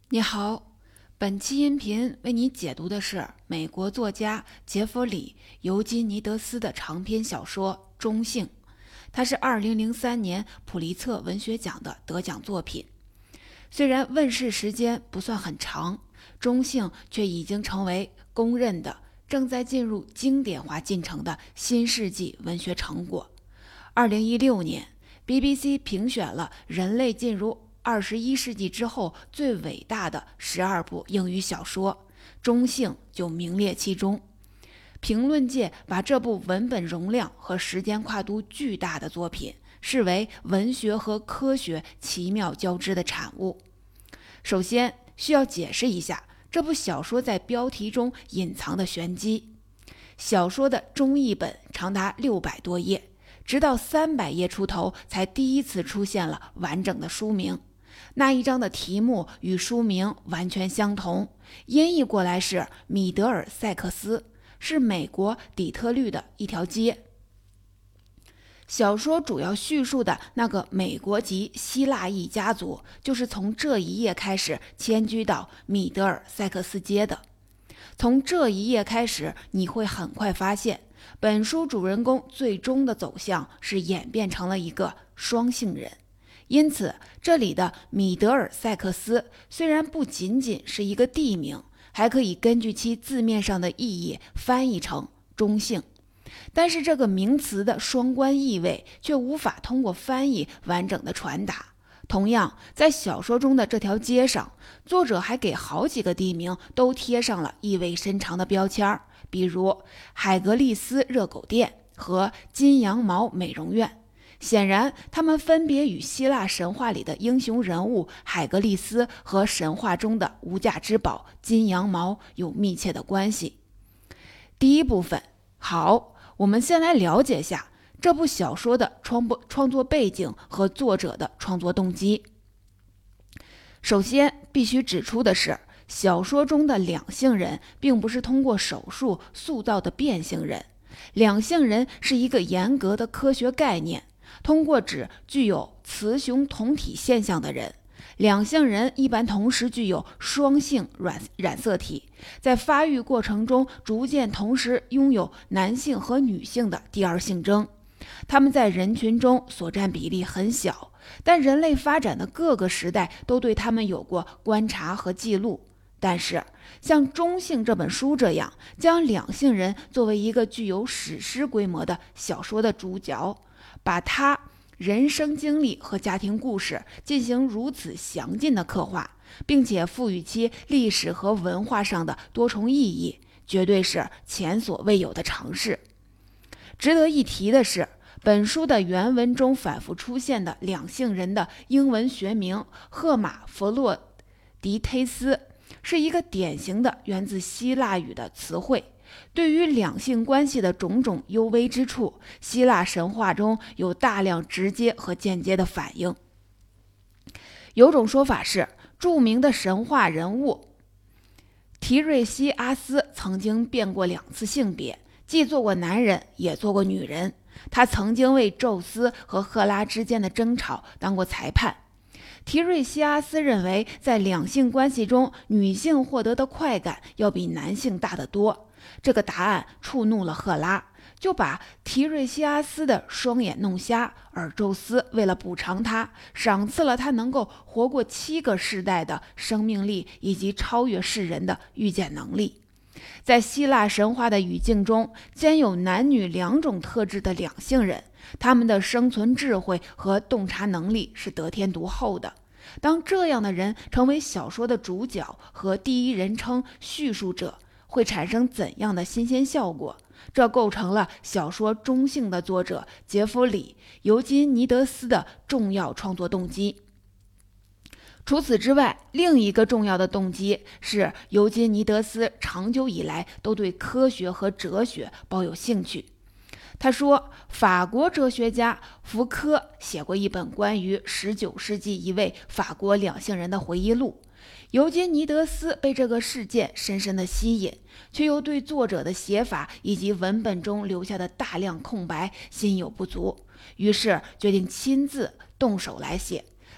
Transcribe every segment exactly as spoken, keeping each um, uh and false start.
你好，本期音频为你解读的是美国作家杰弗里·尤金尼德斯的长篇小说《中性》，它是二零零三年普利策文学奖的得奖作品。虽然问世时间不算很长，《中性》却已经成为公认的、正在进入经典化进程的新世纪文学成果。二零一六年 B B C 评选了人类进入二十一世纪之后最伟大的十二部英语小说，中性就名列其中。评论界把这部文本容量和时间跨度巨大的作品视为文学和科学奇妙交织的产物。首先需要解释一下这部小说在标题中隐藏的玄机。小说的中译本长达六百多页，直到三百页出头才第一次出现了完整的书名。那一章的题目与书名完全相同，音译过来是米德尔塞克斯，是美国底特律的一条街。小说主要叙述的那个美国籍希腊裔家族，就是从这一页开始迁居到米德尔塞克斯街的。从这一页开始，你会很快发现，本书主人公最终的走向是演变成了一个双性人。因此，这里的米德尔塞克斯虽然不仅仅是一个地名，还可以根据其字面上的意义翻译成中性。但是这个名词的双关意味却无法通过翻译完整的传达。同样，在小说中的这条街上，作者还给好几个地名都贴上了意味深长的标签，比如海格力斯热狗店和金羊毛美容院。显然，他们分别与希腊神话里的英雄人物海格力斯和神话中的无价之宝金羊毛有密切的关系。第一部分，好，我们先来了解下这部小说的创创作背景和作者的创作动机。首先，必须指出的是，小说中的两性人并不是通过手术塑造的变性人，两性人是一个严格的科学概念。通过指具有雌雄同体现象的人，两性人一般同时具有双性染染色体，在发育过程中逐渐同时拥有男性和女性的第二性征。他们在人群中所占比例很小，但人类发展的各个时代都对他们有过观察和记录。但是，像《中性》这本书这样，将两性人作为一个具有史诗规模的小说的主角，把他人生经历和家庭故事进行如此详尽的刻画，并且赋予其历史和文化上的多重意义，绝对是前所未有的尝试。值得一提的是，本书的原文中反复出现的两性人的英文学名赫马弗洛迪忒斯是一个典型的源自希腊语的词汇。对于两性关系的种种幽微之处，希腊神话中有大量直接和间接的反应。有种说法是，著名的神话人物提瑞西阿斯曾经变过两次性别，既做过男人，也做过女人。他曾经为宙斯和赫拉之间的争吵当过裁判。提瑞西阿斯认为，在两性关系中，女性获得的快感要比男性大得多。这个答案触怒了赫拉，就把提瑞西阿斯的双眼弄瞎，而宙斯为了补偿他，赏赐了他能够活过七个世代的生命力以及超越世人的预见能力。在希腊神话的语境中，兼有男女两种特质的两性人，他们的生存智慧和洞察能力是得天独厚的。当这样的人成为小说的主角和第一人称叙述者，会产生怎样的新鲜效果？这构成了小说中性的作者杰弗里·尤金尼德斯的重要创作动机。除此之外，另一个重要的动机是尤金尼德斯长久以来都对科学和哲学抱有兴趣。他说，法国哲学家福柯写过一本关于十九世纪一位法国两性人的回忆录。尤金尼德斯被这个事件深深的吸引，却又对作者的写法以及文本中留下的大量空白心有不足，于是决定亲自动手来写。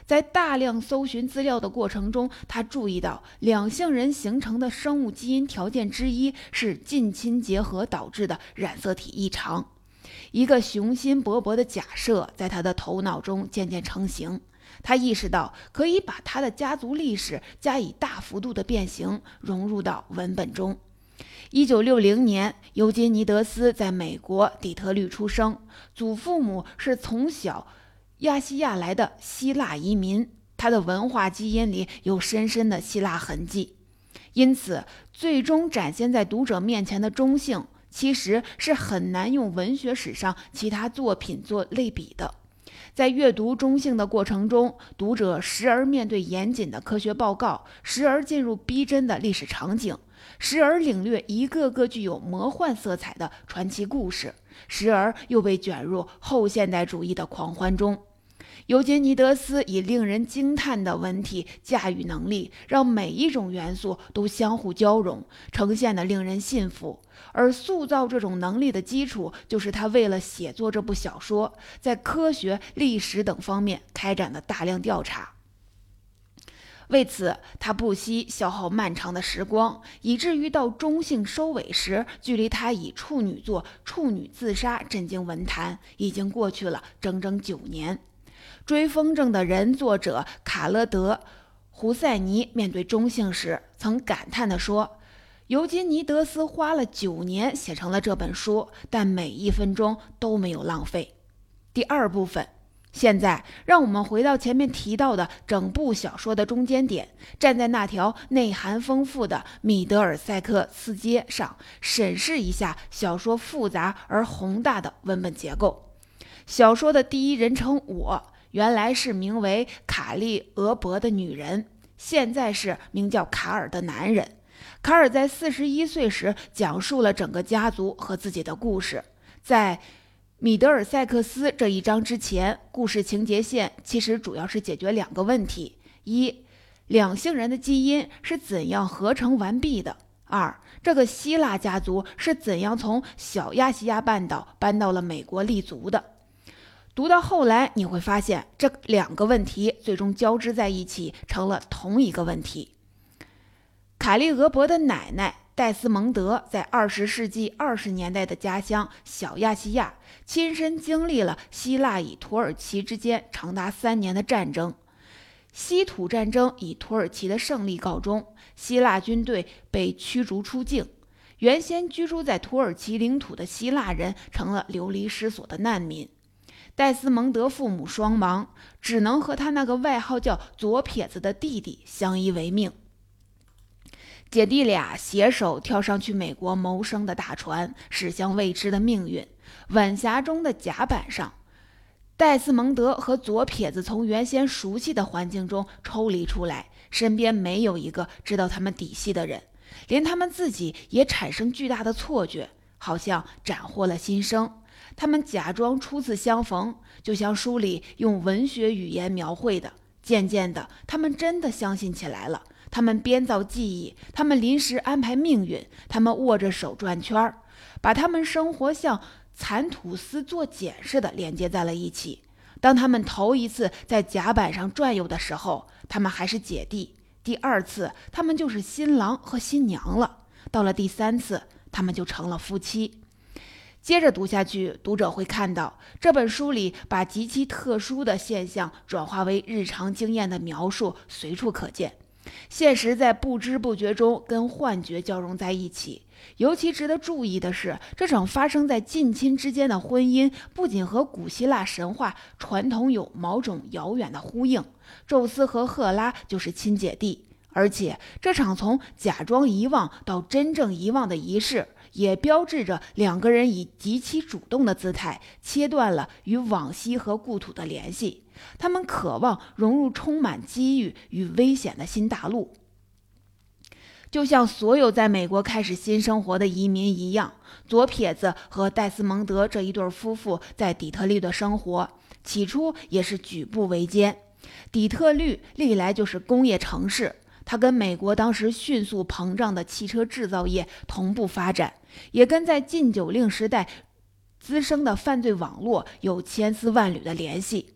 在大量搜寻资料的过程中，他注意到两性人形成的生物基因条件之一是近亲结合导致的染色体异常。一个雄心勃勃的假设在他的头脑中渐渐成型，他意识到可以把他的家族历史加以大幅度的变形，融入到文本中。一九六零年，尤金尼德斯在美国底特律出生，祖父母是从小亚细亚来的希腊移民，他的文化基因里有深深的希腊痕迹。因此，最终展现在读者面前的中性，其实是很难用文学史上其他作品做类比的。在阅读中性的过程中，读者时而面对严谨的科学报告，时而进入逼真的历史场景，时而领略一个个具有魔幻色彩的传奇故事，时而又被卷入后现代主义的狂欢中。尤金尼德斯以令人惊叹的文体驾驭能力，让每一种元素都相互交融，呈现得令人信服。而塑造这种能力的基础，就是他为了写作这部小说，在科学、历史等方面开展了大量调查。为此，他不惜消耗漫长的时光，以至于到中性收尾时，距离他以处女作《处女自杀》震惊文坛，已经过去了整整九年。追风筝的人作者卡勒德·胡塞尼面对中性时，曾感叹地说：“尤金尼德斯花了九年写成了这本书，但每一分钟都没有浪费。”第二部分，现在让我们回到前面提到的整部小说的中间点，站在那条内涵丰富的米德尔塞克斯街上，审视一下小说复杂而宏大的文本结构。小说的第一人称我原来是名为卡利俄伯的女人，现在是名叫卡尔的男人。卡尔在四十一岁时讲述了整个家族和自己的故事。在米德尔塞克斯这一章之前，故事情节线其实主要是解决两个问题：一，两性人的基因是怎样合成完毕的；二，这个希腊家族是怎样从小亚细亚半岛搬到了美国立足的。读到后来，你会发现这两个问题最终交织在一起，成了同一个问题。卡利俄伯的奶奶戴斯蒙德在二十世纪二十年代的家乡小亚细亚，亲身经历了希腊与土耳其之间长达三年的战争。希土战争以土耳其的胜利告终，希腊军队被驱逐出境，原先居住在土耳其领土的希腊人成了流离失所的难民。戴斯蒙德父母双亡，只能和他那个外号叫左撇子的弟弟相依为命。姐弟俩携手跳上去美国谋生的大船，驶向未知的命运。晚霞中的甲板上，戴斯蒙德和左撇子从原先熟悉的环境中抽离出来，身边没有一个知道他们底细的人，连他们自己也产生巨大的错觉，好像斩获了新生。他们假装初次相逢，就像书里用文学语言描绘的。渐渐的，他们真的相信起来了。他们编造记忆，他们临时安排命运，他们握着手转圈，把他们生活像蚕吐丝做茧似的连接在了一起。当他们头一次在甲板上转悠的时候，他们还是姐弟；第二次，他们就是新郎和新娘了；到了第三次，他们就成了夫妻。接着读下去，读者会看到这本书里把极其特殊的现象转化为日常经验的描述随处可见，现实在不知不觉中跟幻觉交融在一起。尤其值得注意的是，这场发生在近亲之间的婚姻不仅和古希腊神话传统有某种遥远的呼应，宙斯和赫拉就是亲姐弟，而且这场从假装遗忘到真正遗忘的仪式，也标志着两个人以极其主动的姿态切断了与往昔和故土的联系。他们渴望融入充满机遇与危险的新大陆，就像所有在美国开始新生活的移民一样。左撇子和戴斯蒙德这一对夫妇在底特律的生活，起初也是举步维艰。底特律历来就是工业城市，它跟美国当时迅速膨胀的汽车制造业同步发展，也跟在禁酒令时代滋生的犯罪网络有千丝万缕的联系。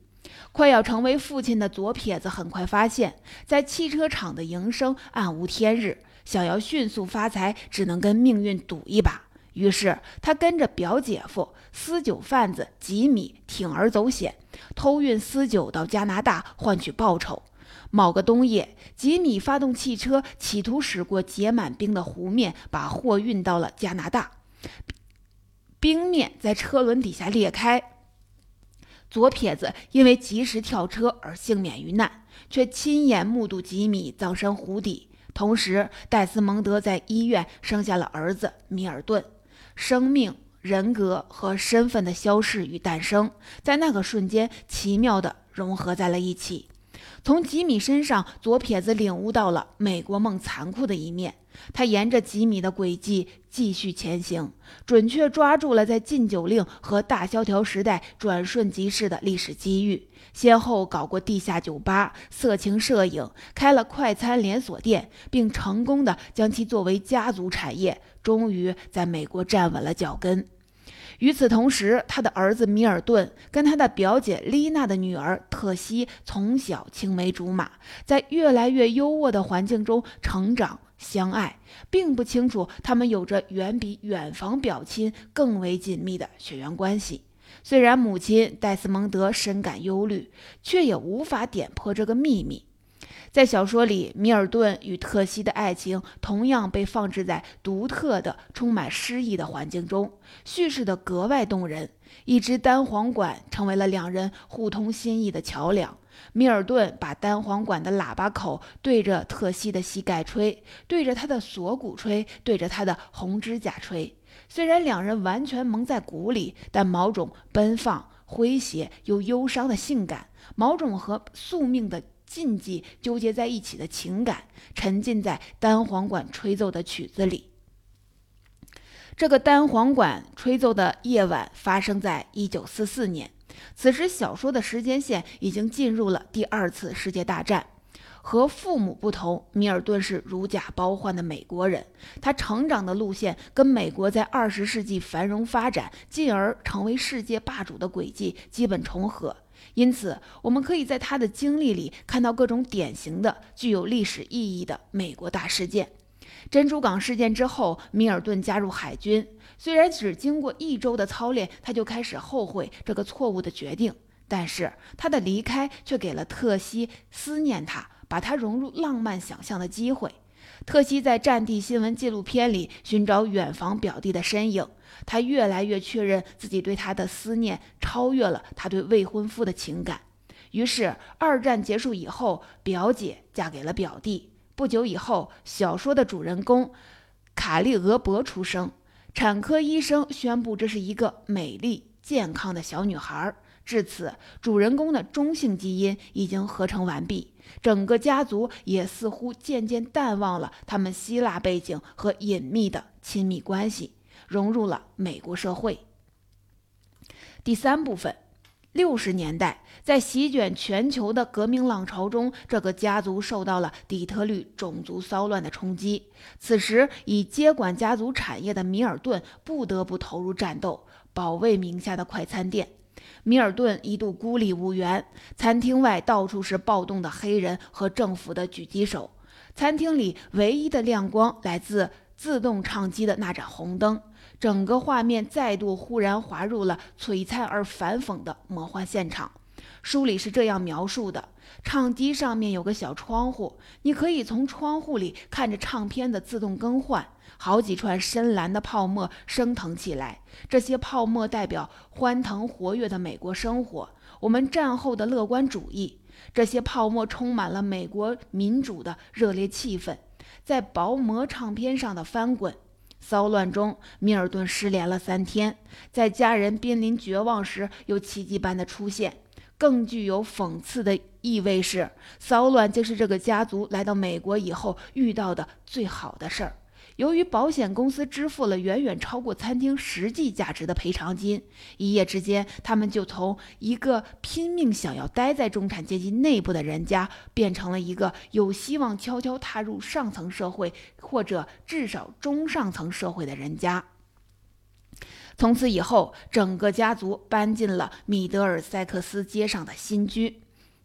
快要成为父亲的左撇子很快发现，在汽车厂的营生暗无天日，想要迅速发财，只能跟命运赌一把。于是他跟着表姐夫私酒贩子吉米铤而走险，偷运私酒到加拿大换取报酬。某个冬夜，吉米发动汽车，企图驶过结满冰的湖面，把货运到了加拿大。冰面在车轮底下裂开，左撇子因为及时跳车而幸免于难，却亲眼目睹吉米葬身湖底。同时，戴斯蒙德在医院生下了儿子米尔顿。生命、人格和身份的消逝与诞生，在那个瞬间奇妙地融合在了一起。从吉米身上，左撇子领悟到了美国梦残酷的一面。他沿着吉米的轨迹继续前行，准确抓住了在禁酒令和大萧条时代转瞬即逝的历史机遇，先后搞过地下酒吧、色情摄影，开了快餐连锁店，并成功地将其作为家族产业，终于在美国站稳了脚跟。与此同时，他的儿子米尔顿跟他的表姐丽娜的女儿特西从小青梅竹马，在越来越优渥的环境中成长相爱，并不清楚他们有着远比远房表亲更为紧密的血缘关系。虽然母亲戴斯蒙德深感忧虑，却也无法点破这个秘密。在小说里，米尔顿与特西的爱情同样被放置在独特的、充满诗意的环境中，叙事的格外动人。一支单簧管成为了两人互通心意的桥梁。米尔顿把单簧管的喇叭口对着特西的膝盖吹，对着他的锁骨吹，对着他的红指甲吹。虽然两人完全蒙在鼓里，但某种奔放、诙谐又忧伤的性感，某种和宿命的禁忌纠结在一起的情感，沉浸在单簧管吹奏的曲子里。这个单簧管吹奏的夜晚发生在一九四四年，此时小说的时间线已经进入了第二次世界大战。和父母不同，米尔顿是如假包换的美国人，他成长的路线跟美国在二十世纪繁荣发展，进而成为世界霸主的轨迹基本重合。因此，我们可以在他的经历里看到各种典型的、具有历史意义的美国大事件。珍珠港事件之后，米尔顿加入海军，虽然只经过一周的操练，他就开始后悔这个错误的决定，但是他的离开却给了特西思念他，把他融入浪漫想象的机会。特西在战地新闻纪录片里寻找远房表弟的身影，他越来越确认自己对他的思念超越了他对未婚夫的情感。于是二战结束以后，表姐嫁给了表弟。不久以后，小说的主人公卡利俄伯出生，产科医生宣布这是一个美丽健康的小女孩。至此，主人公的中性基因已经合成完毕，整个家族也似乎渐渐淡忘了他们希腊背景和隐秘的亲密关系，融入了美国社会。第三部分，六十年代，在席卷全球的革命浪潮中，这个家族受到了底特律种族骚乱的冲击。此时，以接管家族产业的米尔顿不得不投入战斗，保卫名下的快餐店。米尔顿一度孤立无援，餐厅外到处是暴动的黑人和政府的狙击手。餐厅里唯一的亮光来自自动唱机的那盏红灯，整个画面再度忽然滑入了璀璨而反讽的魔幻现场。书里是这样描述的：唱机上面有个小窗户，你可以从窗户里看着唱片的自动更换，好几串深蓝的泡沫升腾起来，这些泡沫代表欢腾活跃的美国生活，我们战后的乐观主义。这些泡沫充满了美国民主的热烈气氛，在薄膜唱片上的翻滚。骚乱中，米尔顿失联了三天，在家人濒临绝望时又奇迹般的出现。更具有讽刺的意味是，骚乱竟是这个家族来到美国以后遇到的最好的事儿。由于保险公司支付了远远超过餐厅实际价值的赔偿金，一夜之间，他们就从一个拼命想要待在中产阶级内部的人家，变成了一个有希望悄悄踏入上层社会，或者至少中上层社会的人家。从此以后，整个家族搬进了米德尔塞克斯街上的新居。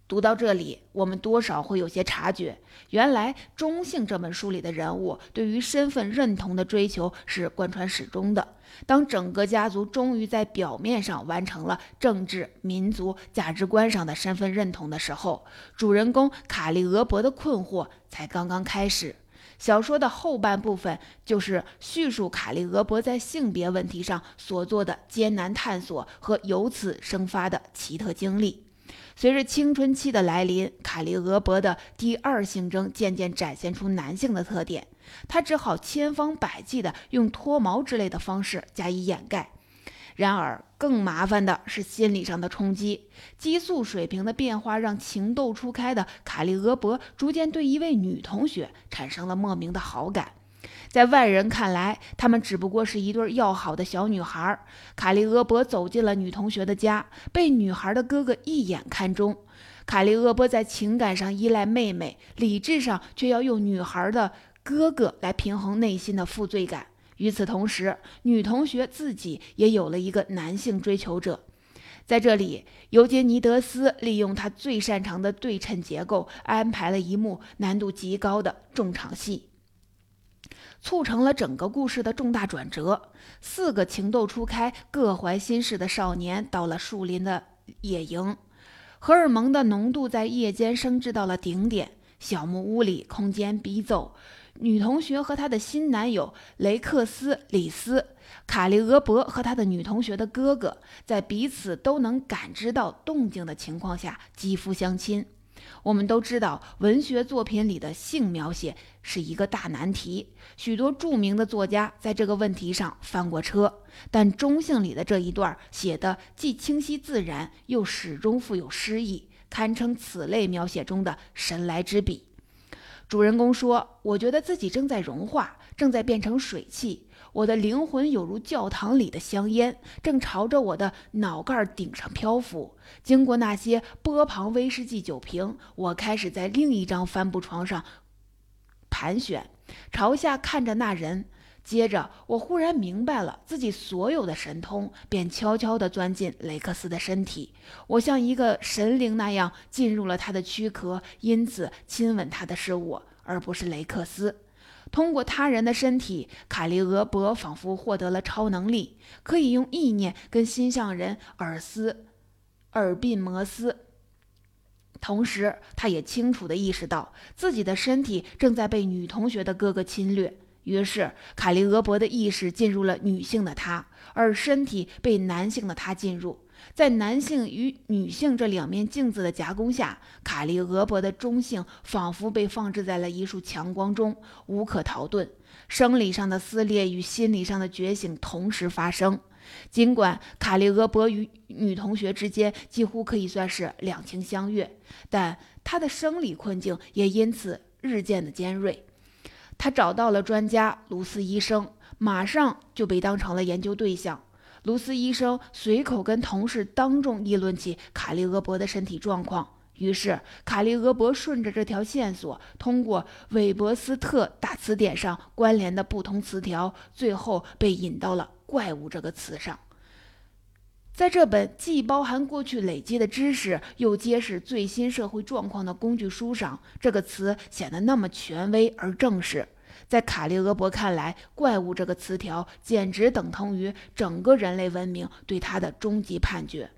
读到这里，我们多少会有些察觉，原来《中性》这本书里的人物对于身份认同的追求是贯穿始终的。当整个家族终于在表面上完成了政治、民族、价值观上的身份认同的时候，主人公卡利俄伯的困惑才刚刚开始。小说的后半部分就是叙述卡利俄伯在性别问题上所做的艰难探索和由此生发的奇特经历。随着青春期的来临，卡利俄伯的第二性征渐渐展现出男性的特点，他只好千方百计地用脱毛之类的方式加以掩盖。然而更麻烦的是心理上的冲击，激素水平的变化让情窦初开的卡利俄伯逐渐对一位女同学产生了莫名的好感。在外人看来，他们只不过是一对要好的小女孩。卡利俄伯走进了女同学的家，被女孩的哥哥一眼看中。卡利俄伯在情感上依赖妹妹，理智上却要用女孩的哥哥来平衡内心的负罪感。与此同时，女同学自己也有了一个男性追求者。在这里，尤杰尼德斯利用他最擅长的对称结构，安排了一幕难度极高的重场戏，促成了整个故事的重大转折。四个情窦初开、各怀心事的少年到了树林的野营，荷尔蒙的浓度在夜间升至到了顶点。小木屋里空间逼仄，女同学和她的新男友雷克斯·里斯，卡利俄伯和他的女同学的哥哥，在彼此都能感知到动静的情况下肌肤相亲。我们都知道，文学作品里的性描写是一个大难题，许多著名的作家在这个问题上翻过车，但中性里的这一段写得既清晰自然，又始终富有诗意，堪称此类描写中的神来之笔。主人公说，我觉得自己正在融化，正在变成水汽，我的灵魂有如教堂里的香烟，正朝着我的脑盖顶上漂浮。经过那些波旁威士忌酒瓶，我开始在另一张帆布床上盘旋，朝下看着那人。接着我忽然明白了自己所有的神通，便悄悄地钻进雷克斯的身体，我像一个神灵那样进入了他的躯壳，因此亲吻他的是我，而不是雷克斯。通过他人的身体，卡利俄伯仿佛获得了超能力，可以用意念跟心上人尔斯尔宾摩斯。同时他也清楚地意识到自己的身体正在被女同学的哥哥侵略，于是卡利俄伯的意识进入了女性的他，而身体被男性的他进入。在男性与女性这两面镜子的夹攻下，卡利俄伯的中性仿佛被放置在了一束强光中，无可逃遁。生理上的撕裂与心理上的觉醒同时发生。尽管卡利俄伯与女同学之间几乎可以算是两情相悦，但他的生理困境也因此日渐的尖锐。他找到了专家卢斯医生，马上就被当成了研究对象。卢斯医生随口跟同事当众议论起卡利俄伯的身体状况，于是卡利俄伯顺着这条线索，通过韦伯斯特大词典上关联的不同词条，最后被引到了怪物这个词上。在这本既包含过去累积的知识，又揭示最新社会状况的工具书上，这个词显得那么权威而正式。在卡利俄伯看来，怪物这个词条简直等同于整个人类文明对他的终极判决。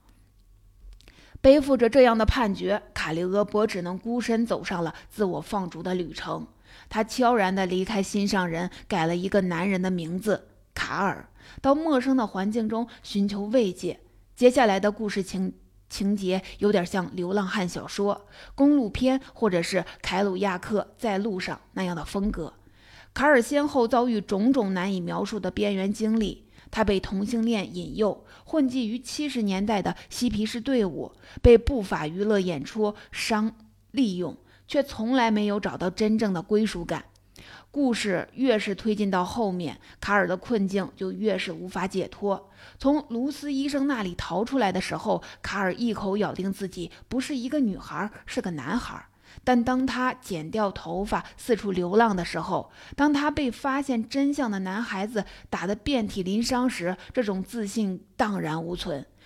背负着这样的判决，卡利俄伯只能孤身走上了自我放逐的旅程。他悄然地离开心上人，改了一个男人的名字卡尔，到陌生的环境中寻求慰藉。接下来的故事情情节有点像流浪汉小说、公路片或者是凯鲁亚克在路上那样的风格。卡尔先后遭遇种种难以描述的边缘经历，他被同性恋引诱，混迹于七十年代的嬉皮士队伍，被不法娱乐演出商利用，却从来没有找到真正的归属感。故事越是推进到后面，卡尔的困境就越是无法解脱。从卢斯医生那里逃出来的时候，卡尔一口咬定自己不是一个女孩，是个男孩。但当他剪掉头发四处流浪的时候，当他被发现真相的男孩子打得遍体鳞伤时，这种自信荡然无存。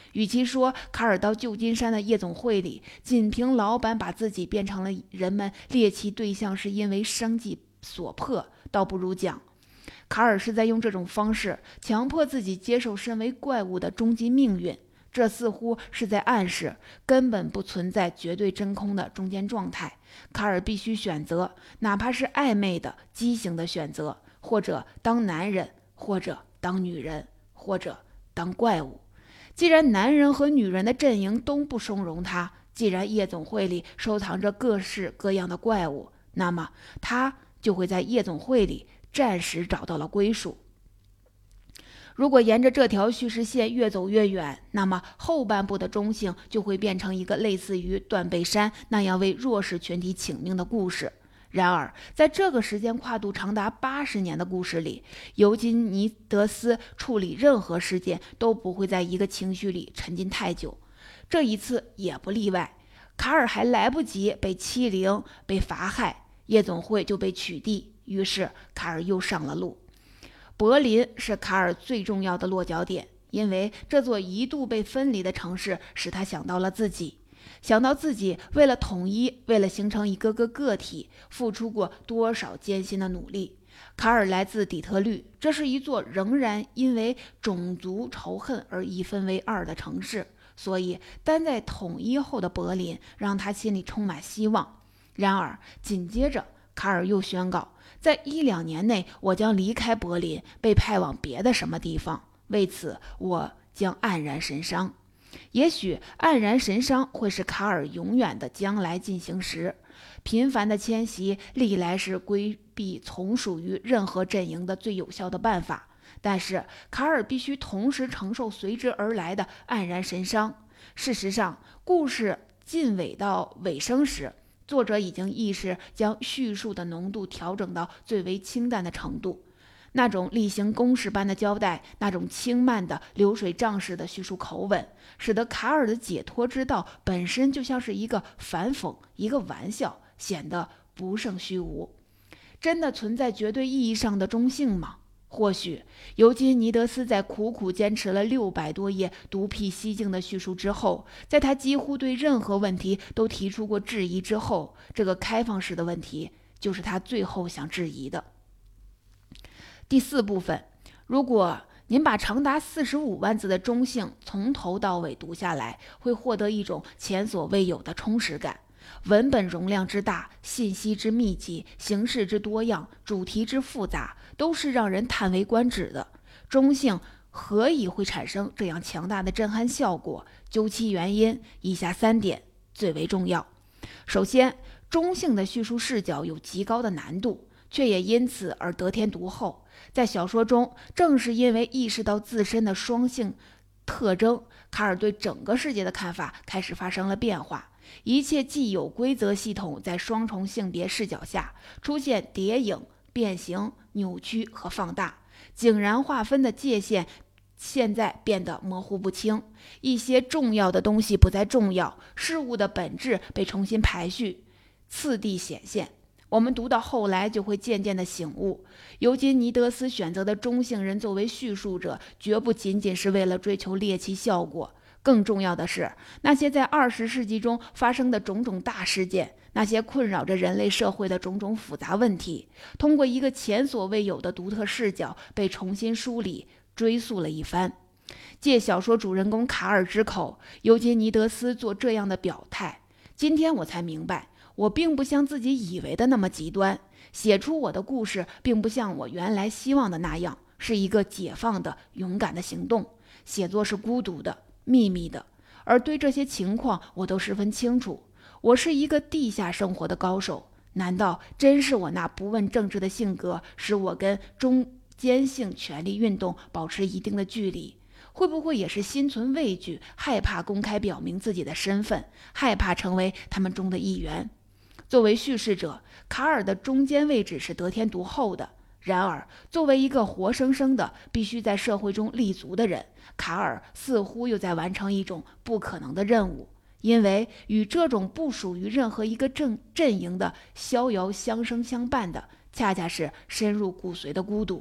与其说卡尔到旧金山的夜总会里，仅凭老板把自己变成了人们猎奇对象是因为生计所迫，倒不如讲卡尔是在用这种方式强迫自己接受身为怪物的终极命运。这似乎是在暗示根本不存在绝对真空的中间状态，卡尔必须选择，哪怕是暧昧的畸形的选择，或者当男人，或者当女人，或者当怪物。既然男人和女人的阵营都不收容他，既然夜总会里收藏着各式各样的怪物，那么他就会在夜总会里暂时找到了归属。如果沿着这条叙事线越走越远，那么后半部的中性就会变成一个类似于断背山那样为弱势群体请命的故事。然而，在这个时间跨度长达八十年的故事里，尤金尼德斯处理任何事件都不会在一个情绪里沉浸太久，这一次也不例外。卡尔还来不及被欺凌、被罚害，夜总会就被取缔，于是卡尔又上了路。柏林是卡尔最重要的落脚点，因为这座一度被分离的城市使他想到了自己，想到自己为了统一，为了形成一个个个体，付出过多少艰辛的努力。卡尔来自底特律，这是一座仍然因为种族仇恨而一分为二的城市，所以单在统一后的柏林让他心里充满希望。然而紧接着卡尔又宣告，在一两年内我将离开柏林，被派往别的什么地方，为此我将黯然神伤。也许黯然神伤会是卡尔永远的将来进行时。频繁的迁徙历来是规避从属于任何阵营的最有效的办法，但是卡尔必须同时承受随之而来的黯然神伤。事实上，故事近尾到尾声时，作者已经意识将叙述的浓度调整到最为清淡的程度。那种例行公事般的交代，那种轻慢的流水账式的叙述口吻，使得卡尔的解脱之道本身就像是一个反讽，一个玩笑，显得不胜虚无。真的存在绝对意义上的中性吗？或许尤金尼德斯在苦苦坚持了六百多页独辟蹊径的叙述之后，在他几乎对任何问题都提出过质疑之后，这个开放式的问题就是他最后想质疑的。第四部分，如果您把长达四十五万字的中性从头到尾读下来，会获得一种前所未有的充实感。文本容量之大，信息之密集，形式之多样，主题之复杂，都是让人叹为观止的。中性何以会产生这样强大的震撼效果？究其原因，以下三点最为重要。首先，中性的叙述视角有极高的难度，却也因此而得天独厚。在小说中，正是因为意识到自身的双性特征，卡尔对整个世界的看法开始发生了变化。一切既有规则系统在双重性别视角下出现叠影、变形、扭曲和放大，井然划分的界限现在变得模糊不清，一些重要的东西不再重要，事物的本质被重新排序，次第显现。我们读到后来就会渐渐的醒悟，尤金尼德斯选择的中性人作为叙述者，绝不仅仅是为了追求猎奇效果。更重要的是，那些在二十世纪中发生的种种大事件，那些困扰着人类社会的种种复杂问题，通过一个前所未有的独特视角被重新梳理、追溯了一番。借小说主人公卡尔之口，尤金尼德斯做这样的表态，今天我才明白，我并不像自己以为的那么极端，写出我的故事并不像我原来希望的那样，是一个解放的、勇敢的行动。写作是孤独的、秘密的，而对这些情况我都十分清楚。我是一个地下生活的高手，难道真是我那不问政治的性格使我跟中间性权力运动保持一定的距离？会不会也是心存畏惧，害怕公开表明自己的身份，害怕成为他们中的一员？作为叙事者，卡尔的中间位置是得天独厚的。然而，作为一个活生生的必须在社会中立足的人，卡尔似乎又在完成一种不可能的任务，因为与这种不属于任何一个阵阵营的逍遥相生相伴的，恰恰是深入骨髓的孤独。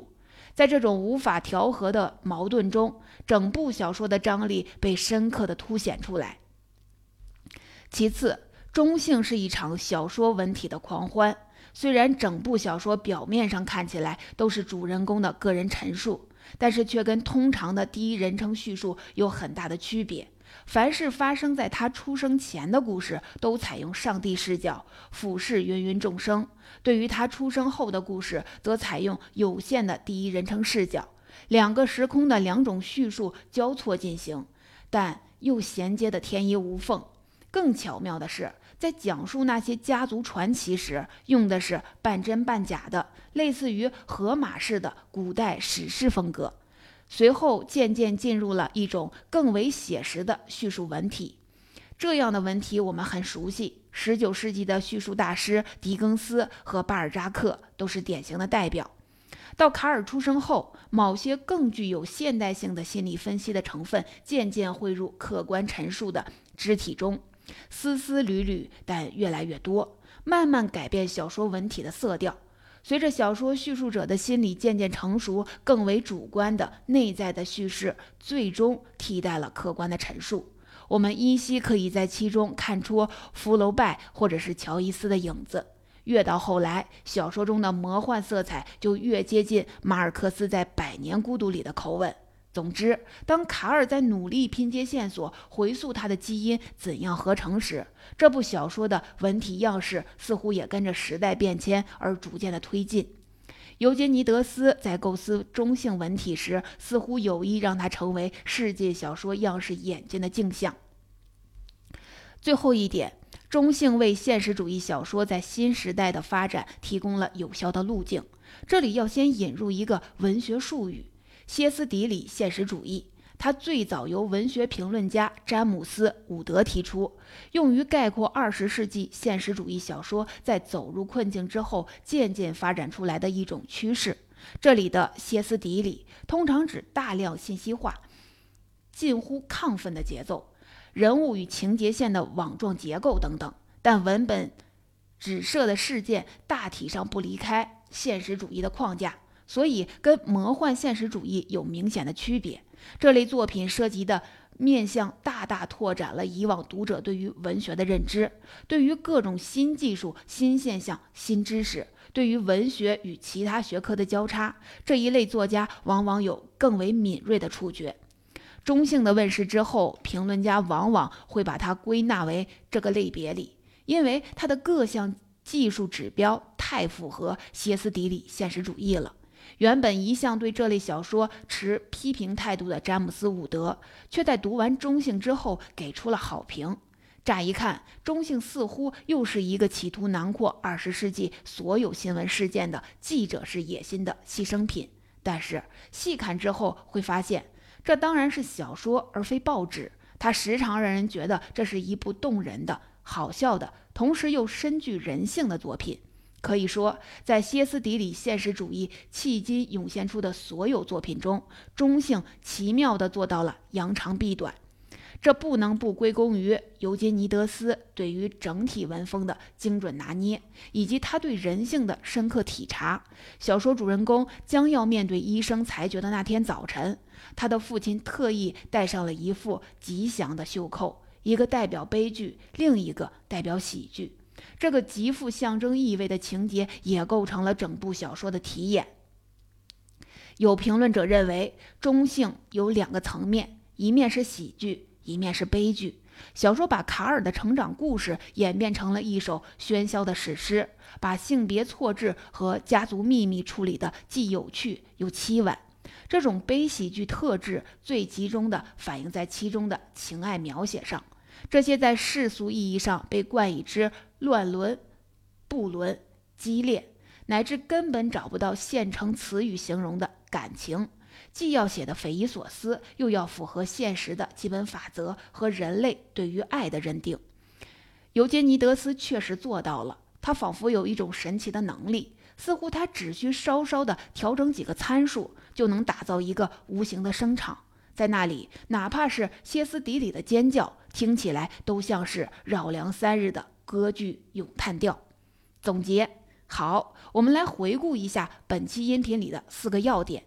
在这种无法调和的矛盾中，整部小说的张力被深刻地凸显出来。其次，中性是一场小说文体的狂欢。虽然整部小说表面上看起来都是主人公的个人陈述，但是却跟通常的第一人称叙述有很大的区别。凡是发生在他出生前的故事，都采用上帝视角，俯视芸芸众生；对于他出生后的故事，则采用有限的第一人称视角。两个时空的两种叙述交错进行，但又衔接的天衣无缝。更巧妙的是，在讲述那些家族传奇时，用的是半真半假的，类似于荷马式的古代史诗风格。随后渐渐进入了一种更为写实的叙述文体。这样的文体我们很熟悉，十九世纪的叙述大师狄更斯和巴尔扎克都是典型的代表。到卡尔出生后，某些更具有现代性的心理分析的成分渐渐汇入客观陈述的肢体中，丝丝缕缕，但越来越多，慢慢改变小说文体的色调。随着小说叙述者的心理渐渐成熟，更为主观的内在的叙事最终替代了客观的陈述。我们依稀可以在其中看出福楼拜或者是乔伊斯的影子。越到后来，小说中的魔幻色彩就越接近马尔克斯在《百年孤独》里的口吻。总之，当卡尔在努力拼接线索，回溯他的基因怎样合成时，这部小说的文体样式似乎也跟着时代变迁而逐渐的推进。尤杰尼德斯在构思中性文体时，似乎有意让它成为世界小说样式演进的镜像。最后一点，中性为现实主义小说在新时代的发展提供了有效的路径。这里要先引入一个文学术语，歇斯底里现实主义。它最早由文学评论家詹姆斯·伍德提出，用于概括二十世纪现实主义小说在走入困境之后渐渐发展出来的一种趋势。这里的歇斯底里通常指大量信息化、近乎亢奋的节奏，人物与情节线的网状结构等等，但文本指涉的事件大体上不离开现实主义的框架，所以跟魔幻现实主义有明显的区别。这类作品涉及的面向大大拓展了以往读者对于文学的认知，对于各种新技术、新现象、新知识，对于文学与其他学科的交叉，这一类作家往往有更为敏锐的触觉。中性的问世之后，评论家往往会把它归纳为这个类别里，因为它的各项技术指标太符合歇斯底里现实主义了。原本一向对这类小说持批评态度的詹姆斯·伍德，却在读完中性之后给出了好评。乍一看，中性似乎又是一个企图囊括二十世纪所有新闻事件的记者式野心的牺牲品，但是细看之后会发现，这当然是小说而非报纸。它时常让人觉得这是一部动人的、好笑的，同时又深具人性的作品。可以说，在歇斯底里现实主义迄今涌现出的所有作品中，中性奇妙地做到了扬长避短。这不能不归功于尤杰尼德斯对于整体文风的精准拿捏，以及他对人性的深刻体察。小说主人公将要面对医生裁决的那天早晨，他的父亲特意戴上了一副吉祥的袖扣，一个代表悲剧，另一个代表喜剧。这个极富象征意味的情节也构成了整部小说的题眼。有评论者认为，中性有两个层面，一面是喜剧，一面是悲剧。小说把卡尔的成长故事演变成了一首喧嚣的史诗，把性别错置和家族秘密处理的既有趣又凄婉。这种悲喜剧特质最集中地反映在其中的情爱描写上，这些在世俗意义上被冠以之乱伦、不伦、激烈，乃至根本找不到现成词语形容的感情，既要写得匪夷所思，又要符合现实的基本法则和人类对于爱的认定。尤杰尼德斯确实做到了，他仿佛有一种神奇的能力，似乎他只需稍稍地调整几个参数，就能打造一个无形的声场。在那里，哪怕是歇斯底里的尖叫，听起来都像是绕梁三日的歌剧咏叹调。总结，好，我们来回顾一下本期音频里的四个要点。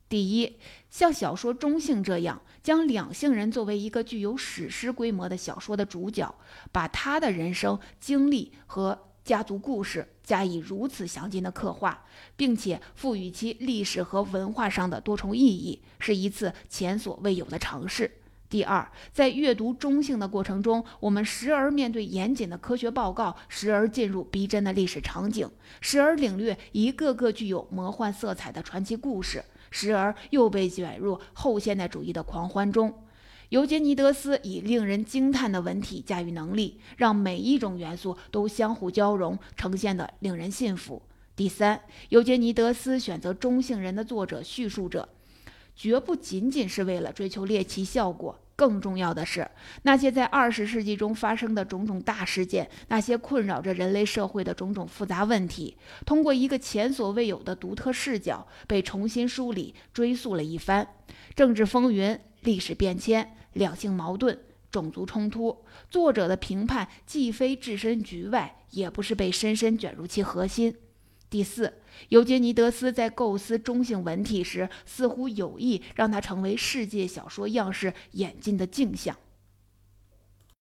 第一，像小说中性这样，将两性人作为一个具有史诗规模的小说的主角，把他的人生经历和家族故事加以如此详尽的刻画，并且赋予其历史和文化上的多重意义，是一次前所未有的尝试。第二，在阅读中性的过程中，我们时而面对严谨的科学报告，时而进入逼真的历史场景，时而领略一个个具有魔幻色彩的传奇故事，时而又被卷入后现代主义的狂欢中。尤杰尼德斯以令人惊叹的文体驾驭能力，让每一种元素都相互交融，呈现得令人信服。第三，尤杰尼德斯选择中性人的作者叙述者，绝不仅仅是为了追求猎奇效果，更重要的是，那些在二十世纪中发生的种种大事件，那些困扰着人类社会的种种复杂问题，通过一个前所未有的独特视角，被重新梳理、追溯了一番。政治风云、历史变迁、两性矛盾、种族冲突，作者的评判既非置身局外，也不是被深深卷入其核心。第四，尤杰尼德斯在构思中性文体时，似乎有意让它成为世界小说样式演进的镜像。